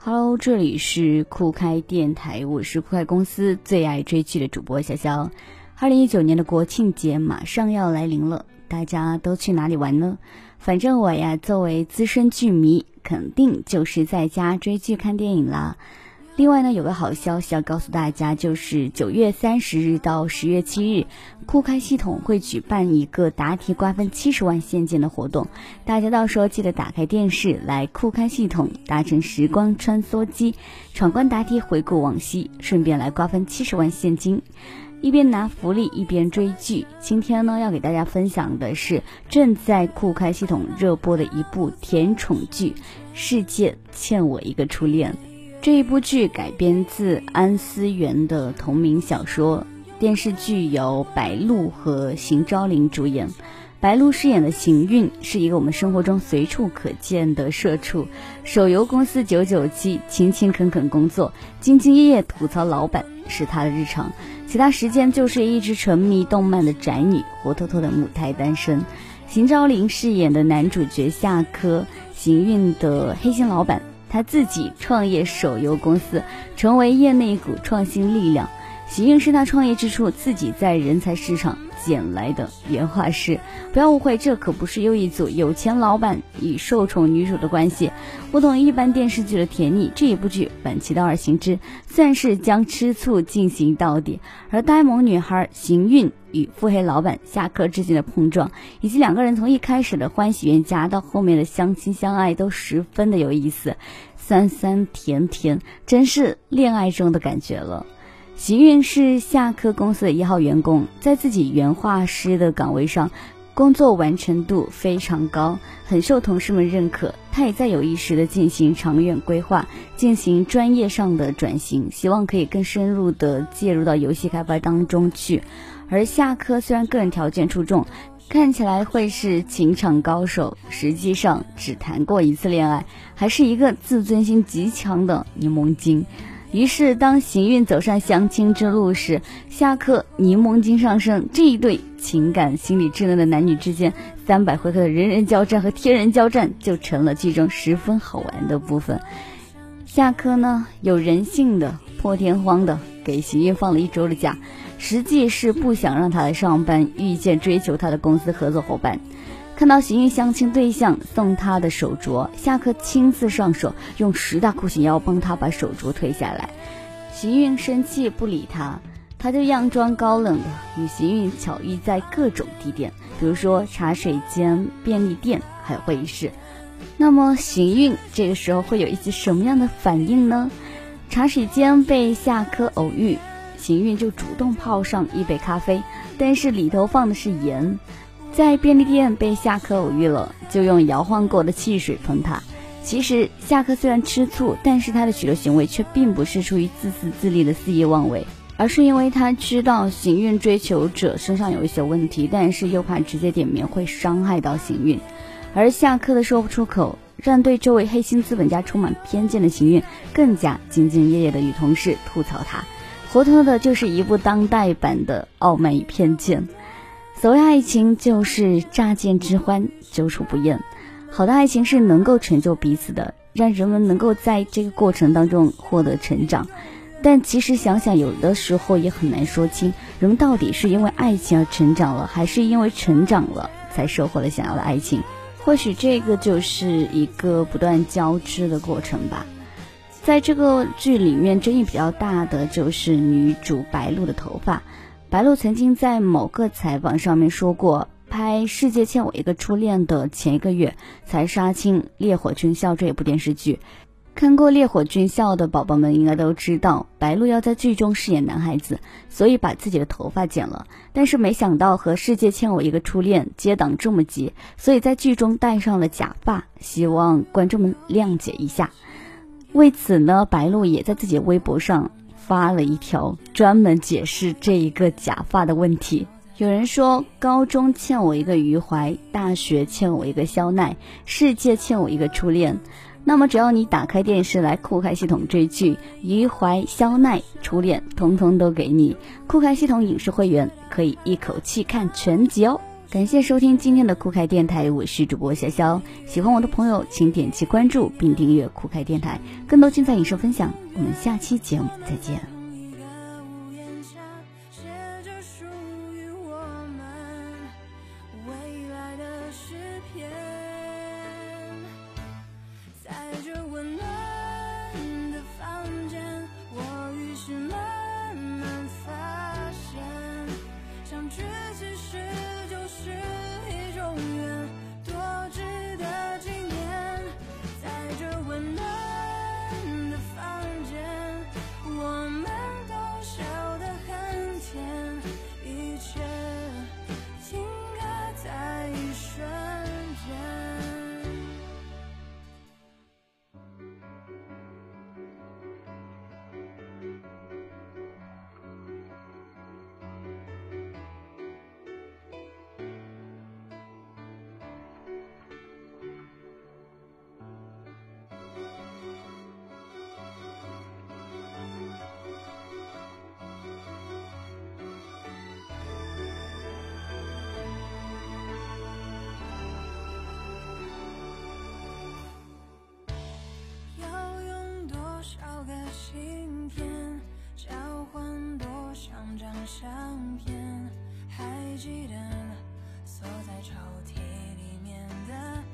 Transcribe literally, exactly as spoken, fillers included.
Hello， 这里是酷开电台，我是酷开公司最爱追剧的主播小肖。二零一九年的国庆节马上要来临了，大家都去哪里玩呢？反正我呀，作为资深剧迷，肯定就是在家追剧看电影啦。另外呢，有个好消息要告诉大家，就是九月三十日到十月七日，酷开系统会举办一个答题瓜分七十万现金的活动，大家到时候记得打开电视来酷开系统，搭乘时光穿梭机，闯关答题，回顾往昔，顺便来瓜分七十万现金。一边拿福利一边追剧。今天呢，要给大家分享的是正在酷开系统热播的一部甜宠剧《世界欠我一个初恋》。这一部剧改编自安思源的同名小说，电视剧由白鹿和邢昭林主演。白鹿饰演的邢韵是一个我们生活中随处可见的社畜，手游公司九九七，勤勤恳恳工作，兢兢业业吐槽老板是他的日常，其他时间就是一直沉迷动漫的宅女，活脱脱的母胎单身。邢昭林饰演的男主角夏科，邢韵的黑心老板，他自己创业手游公司，成为业内一股创新力量。邢韵是他创业之初自己在人才市场捡来的，原话是：不要误会，这可不是又一组有钱老板与受宠女主的关系，不同于一般电视剧的甜腻，这一部剧反其道而行之，算是将吃醋进行到底。而呆萌女孩邢韵与腹黑老板夏科之间的碰撞，以及两个人从一开始的欢喜冤家到后面的相亲相爱，都十分的有意思，酸酸甜甜，真是恋爱中的感觉了。邢韵是夏科公司的一号员工，在自己原画师的岗位上，工作完成度非常高，很受同事们认可。他也在有意识地进行长远规划，进行专业上的转型，希望可以更深入地介入到游戏开发当中去。而夏科虽然个人条件出众，看起来会是情场高手，实际上只谈过一次恋爱，还是一个自尊心极强的柠檬精。于是当邢韵走上相亲之路时，夏科柠檬精上升，这一对情感心理稚嫩的男女之间三百回合的人人交战和天人交战，就成了剧中十分好玩的部分。夏科呢，有人性的破天荒的给邢韵放了一周的假，实际是不想让他来上班，遇见追求他的公司合作伙伴。看到邢韵相亲对象送他的手镯，夏科亲自上手，用十大酷刑要帮他把手镯退下来。邢韵生气不理他，他就佯装高冷的与邢韵巧遇在各种地点，比如说茶水间、便利店还有会议室。那么邢韵这个时候会有一些什么样的反应呢？茶水间被夏科偶遇，邢韵就主动泡上一杯咖啡，但是里头放的是盐。在便利店被夏科偶遇了，就用摇晃过的汽水喷他。其实夏科虽然吃醋，但是他的许多行为却并不是出于自私自利的肆意妄为，而是因为他知道邢韵追求者身上有一些问题，但是又怕直接点名会伤害到邢韵。而夏科的说不出口，让对周围黑心资本家充满偏见的邢韵更加兢兢业业地与同事吐槽他，活脱的就是一部当代版的傲慢与偏见。所谓爱情就是乍见之欢，久处不厌。好的爱情是能够成就彼此的，让人们能够在这个过程当中获得成长。但其实想想，有的时候也很难说清，人们到底是因为爱情而成长了，还是因为成长了才收获了想要的爱情。或许这个就是一个不断交织的过程吧。在这个剧里面，争议比较大的就是女主白鹿的头发。白鹿曾经在某个采访上面说过，拍《世界欠我一个初恋》的前一个月才杀青《烈火军校》这一部电视剧。看过《烈火军校》的宝宝们应该都知道，白鹿要在剧中饰演男孩子，所以把自己的头发剪了。但是没想到和《世界欠我一个初恋》接档这么急，所以在剧中戴上了假发，希望观众们谅解一下。为此呢，白鹿也在自己的微博上发了一条专门解释这一个假发的问题。有人说，高中欠我一个余淮，大学欠我一个肖奈，世界欠我一个初恋。那么只要你打开电视来酷开系统追剧，余淮、肖奈、初恋通通都给你。酷开系统影视会员可以一口气看全集哦。 感谢收听今天的酷开电台，我是主播潇潇。喜欢我的朋友，请点击关注并订阅酷开电台，更多精彩影视分享。我们下期节目再见。相片，还记得锁在抽屉里面的